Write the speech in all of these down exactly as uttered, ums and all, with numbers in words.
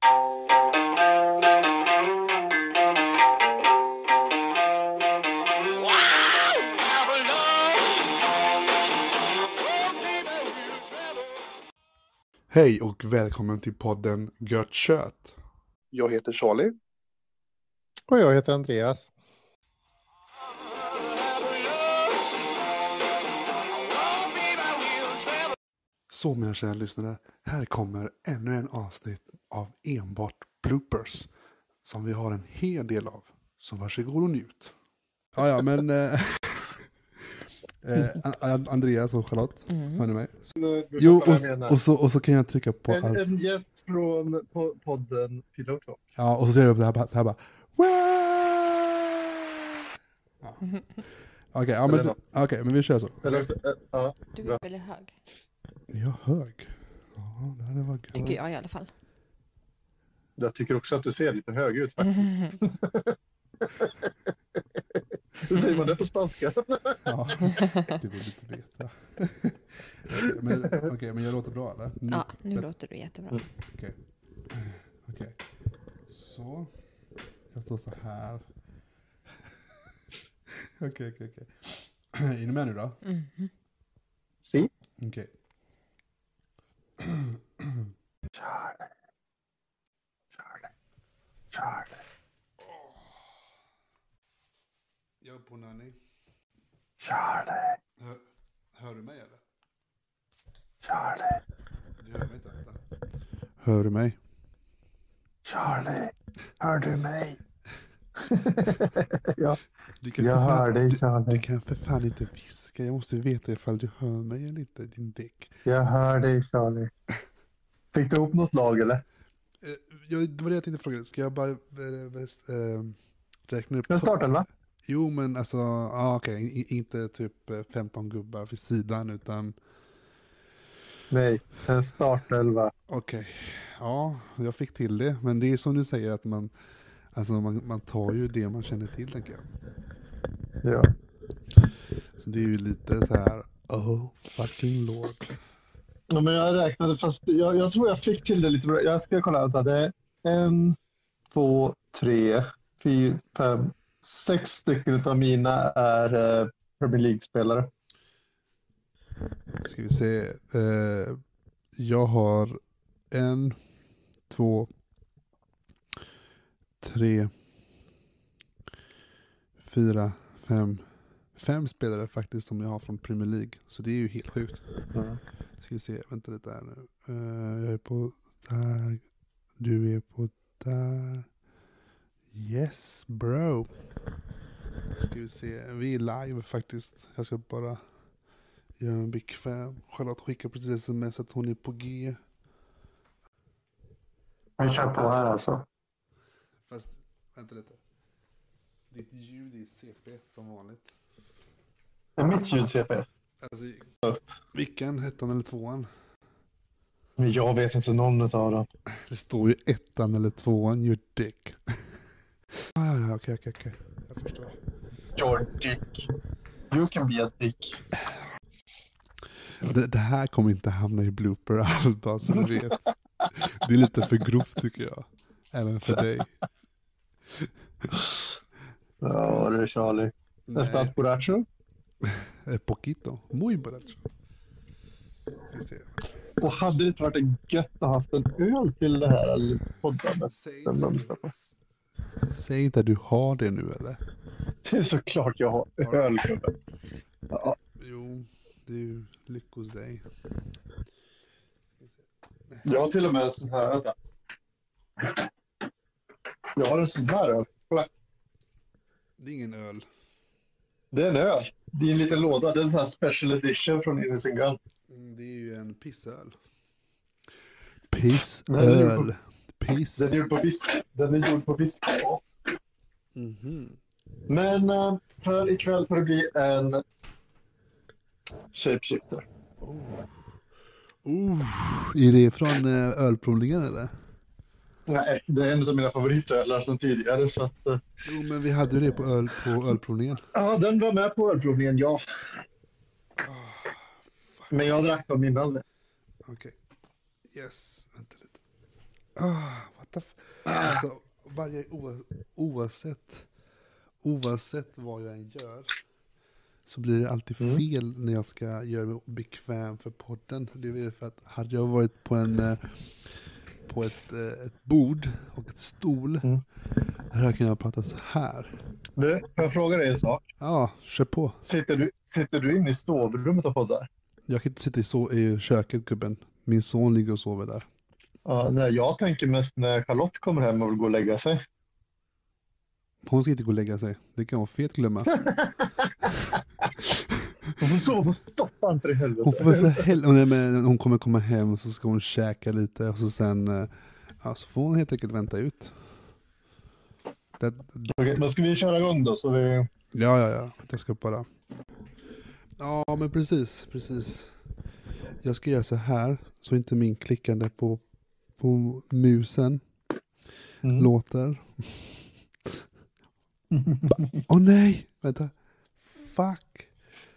Hej och välkommen till podden Gött Kött. Jag heter Charlie. Och jag heter Andreas. Så mina kära lyssnare, här kommer ännu en avsnitt av enbart bloopers. Som vi har en hel del av. Så varsågod och njut. Ja, ja, men... Eh, eh, Andreas och Charlotte, mm. hör ni mig? Jo, och, och, så, och så kan jag trycka på... En, allt. en gäst från po- podden Pillow Talk. Ja, och så ser jag upp det här, så här bara... Ja. Okej, okay, ja, men, okay, men vi kör så. Eller, äh, ja, du är väldigt hög. Jag hög? Ja, det här var gött. Tycker jag i alla fall. Jag tycker också att du ser lite hög ut faktiskt. Mm. Hur säger man det på spanska? Ja, det vill inte veta. Okej, men, okay, men jag låter bra, eller? Nu, ja, nu det... låter du jättebra. Okej. Okay. Okej. Okay. Så. Jag står så här. Okej, okej, okej. Är ni med nu då? Mm. Si. Okej. Okay. Charlie. Charlie. Charlie. Jag är på Nanny. Charlie. Hör, hör du mig eller? Charlie. Du hör mig inte, vänta. Hör du mig? Charlie. Hör du mig? Ja. Du kan jag fan, hör dig, Charlie. Du, du kan för fan inte viska. Jag måste veta ifall du hör mig eller inte, din däck. Jag hör dig, Charlie. Fick du ihop något lag eller? Uh, jag, det var det jag tänkte fråga. Ska jag bara uh, uh, räkna upp? Ska jag starta eller va? Jo, men alltså, ah, okej, okay. Inte typ femton gubbar vid sidan, utan... Nej, en startelva. Okej, okay. Ja, jag fick till det. Men det är som du säger att man, alltså man, man tar ju det man känner till, tänker jag. Ja. Så det är ju lite så här, oh fucking lord. Ja, men jag räknade fast, jag, jag tror jag fick till det lite bra. Jag ska kolla, vänta, det är en, två, tre, fyra, fem, sex stycken av mina är eh, Premier League-spelare. Ska vi se, eh, jag har en, två, tre, fyra, fem, fem spelare faktiskt som jag har från Premier League. Så det är ju helt sjukt. Mm. Ska vi se, vänta lite här nu. Uh, jag är på där, du är på där. Yes bro. Ska vi se, vi är live faktiskt. Jag ska bara göra en bekväm. Charlotte skickar precis sms att hon är på G. Jag kör på här alltså. Fast, vänta lite. Ditt ljud är C P som vanligt. Är mitt ljud C P? Alltså, vilken? Ettan eller tvåan? Men jag vet inte någon av dem. Det står ju ettan eller tvåan, your dick. Ja, ja, ja, okej, okej, okej. Jag förstår. Your dick. You can be a dick. Det, det här kommer inte hamna i blooper alls, bara så du vet. Det är lite för grovt tycker jag. Även för dig. Ja, det är Charlie. Estás borracho? Poquito. Muy borracho. Ska vi se. Och hade det inte varit gött att ha haft en öl till det här eller poddandet? Säg inte, du, säg inte att du har det nu eller? Det är såklart jag har öl. Ja. Jo, det är ju lyck hos dig. Jag har till och med en sån här, vänta. Jag har en sån här öl. Kolla. Det är ingen öl. Det är en öl. Det är en liten låda. Det är en sån här special edition från Innocent Gun. Mm, det är ju en pissöl. Pissöl. Piss. Den är gjord på whisky. Den är gjord på whisky. Ja. Mm-hmm. Men uh, för ikväll får det bli en shapeshifter. Oh. Oh. Är det från uh, ölprovningen eller? Nej, det är en av mina favoritölar sedan tidigare. Så att, uh... Jo, men vi hade ju det på, öl, på ölprovningen. Ja, den var med på ölprovningen, ja. Oh, men jag drack dem innan det. Okej. Okay. Yes, vänta lite. Oh, what the f- alltså, varje, o- oavsett, oavsett vad jag än gör så blir det alltid Mm. fel när jag ska göra mig bekväm för podden. Det är för att hade jag varit på en eh, på ett, eh, ett bord och ett stol Mm. hade jag kunnat prata så här. Du, får jag fråga dig en sak? Ja, kör på. Sitter du, sitter du inne i sovrummet och poddar? Jag kan inte sitta i, så, i köket, gubben. Min son ligger och sover där. Ja, nej, jag tänker mest när Charlotte kommer hem och vill gå och lägga sig. Hon ska inte gå och lägga sig. Det kan vara fet glömma. Hon får sova på soffan för i helvete. Hon får väl för helvete. Hon kommer komma hem och så ska hon käka lite och så sen eh, ja, så får hon helt enkelt vänta ut. Det, Okej, men ska vi köra igång då? Så vi... ja, ja, ja. Jag ska bara. Ja, men precis, precis. Jag ska göra så här så inte min klickande på, på musen Mm. låter. Åh oh, nej, vänta. Fuck.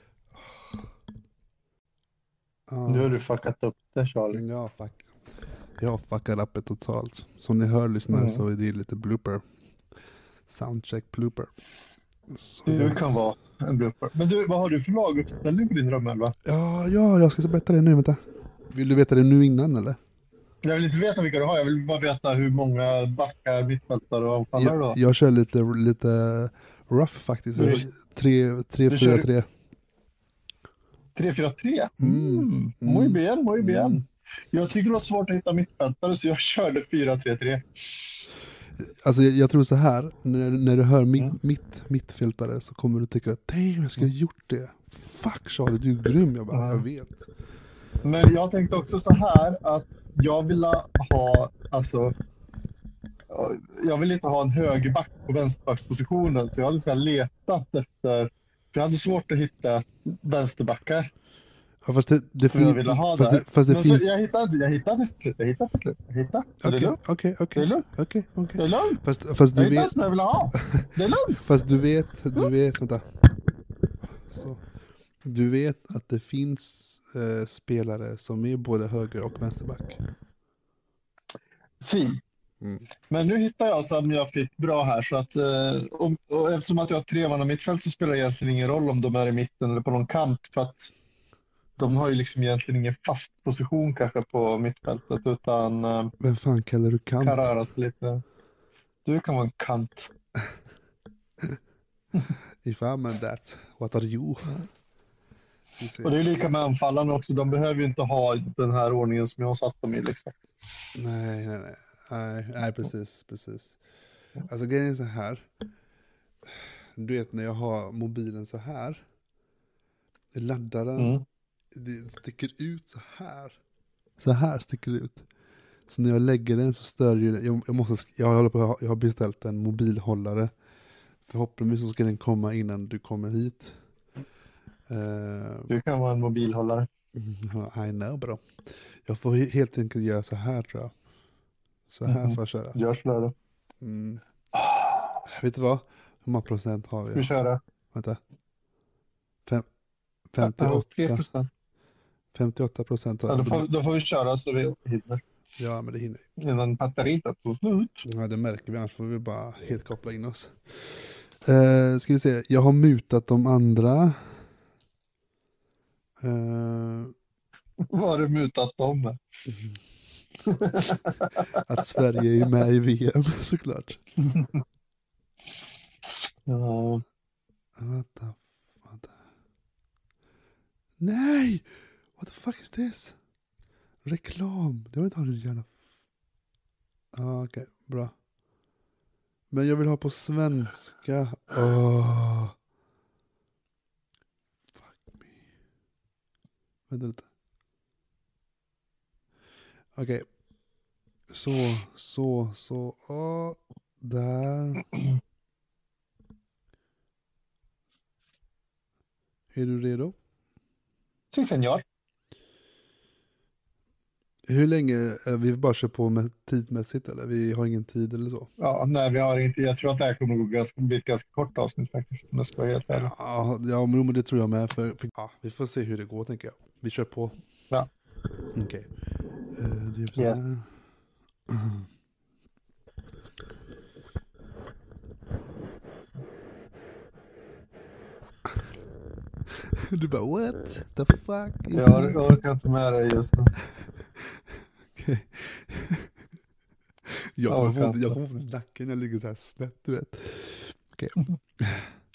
Ah. Nu har du fuckat upp det, Charlie. Ja, fuck. Jag fuckar upp det totalt. Som ni hör lyssnare Mm. så är det lite blooper. Soundcheck blooper. Så, Det kan vara en blooper. Men du, vad har du för laguppställning på din drömelva? ja, ja, jag ska berätta det nu, vänta. Vill du veta det nu innan eller? Jag vill inte veta vilka du har, jag vill bara veta hur många backar, mittfältare och anfallare du har. Jag, jag kör lite, lite rough faktiskt. Du- tre, tre, du fyra, kör- tre. tre fyra tre? Mm. Mm. Muy Mm. bien, muy bien. Mm. Jag tycker det var svårt att hitta mittfältare så jag körde fyra tre tre. Alltså jag, jag tror så här, när, när du hör mitt, Mm. mitt, mittfältare så kommer du tycka att damn, jag skulle ha gjort det. Fuck Charlie, du är grym. Jag bara, Ja. jag vet. Men jag tänkte också så här att jag vill ha, alltså, jag vill inte ha en högerback på vänsterbackpositionen så jag hade så här letat efter, för jag hade svårt att hitta vänsterbackar Ja, fast det, det som jag finns... ville ha Fast där. det, fast det Men finns... så jag hittade, jag hittade till slut, jag hittade till slut, jag hittade. Så det är Okej, lugnt, okej, det är okej. lugnt, Okej, okej. det är lugnt. Fast, fast Jag du hittade vet... som jag ville ha. Det är lugnt. Fast du vet, du vet, vänta. Så. Du vet att det finns eh, spelare som är både höger och vänsterback. Si. Mm. Men nu hittar jag som jag fick bra här så att eh, om, och eftersom att jag har tre man i mittfält så spelar det egentligen ingen roll om de är i mitten eller på någon kant för att de har ju liksom egentligen ingen fast position kanske på mittfältet utan eh, Vem fan kallar du kant? kan röra sig lite. Du kan vara en kant. If I'm in that, what are you? Vi ser. Och det är lika med anfallarna också. De behöver ju inte ha den här ordningen som jag har satt dem i liksom. Nej, nej, nej. Nej, nej, precis, precis. Alltså grejen är så här. Du vet när jag har mobilen så här. Laddaren, Mm. det sticker ut så här. Så här sticker det ut. Så när jag lägger den så stör ju det. Jag, jag, måste, jag, håller på, jag har beställt en mobilhållare. Förhoppningsvis så ska den komma innan du kommer hit. Uh, Du kan vara en mobilhållare. I know bro. Jag får he- helt enkelt göra så här tror jag. Så här Mhm. får jag köra. Gör så där. Mm. Vet du vad? Hur många procent har Ska vi vi? köra? Vänta. Fem, Ja, tre femtioåtta, procent. femtioåtta procent Ja, har då, jag. får, då får vi köra så vi hinner. Ja, men det hinner. Innan batteriet tar slut. Ja, det märker vi, annars får vi bara helt koppla in oss. Uh, ska vi se, jag har mutat de andra. Uh, Vad har du mutat dem med? att Sverige är med i V M såklart. Ja. Vänta, vänta. Nej! What the fuck is this? Reklam. Det var inte ha det jävla... Ja, ah, okej. Okay. Bra. Men jag vill ha på svenska. Åh. Fuck me. Vänta lite. Okej. Okay. Så, så, så. Åh. Där. Är du redo? Si, senor. Hur länge, eh, vi bara kör på med tidmässigt eller? Vi har ingen tid eller så? Ja, nej, vi har inte. Jag tror att det här kommer att gå ganska, bli ett ganska kort avsnitt faktiskt. Om jag ska vara helt ärlig. Ja, ja men det tror jag med. För, för, ja, vi får se hur det går tänker jag. Vi kör på. Ja. Okej. Okay. Uh, det är så Yes. här. Du bara, what the fuck? is Jag, or- this?" jag orkar inte med det just nu. Okej. Jag Jag kommer orkar få, inte. jag kommer få nacken, jag ligger så här snett, du vet. Okej.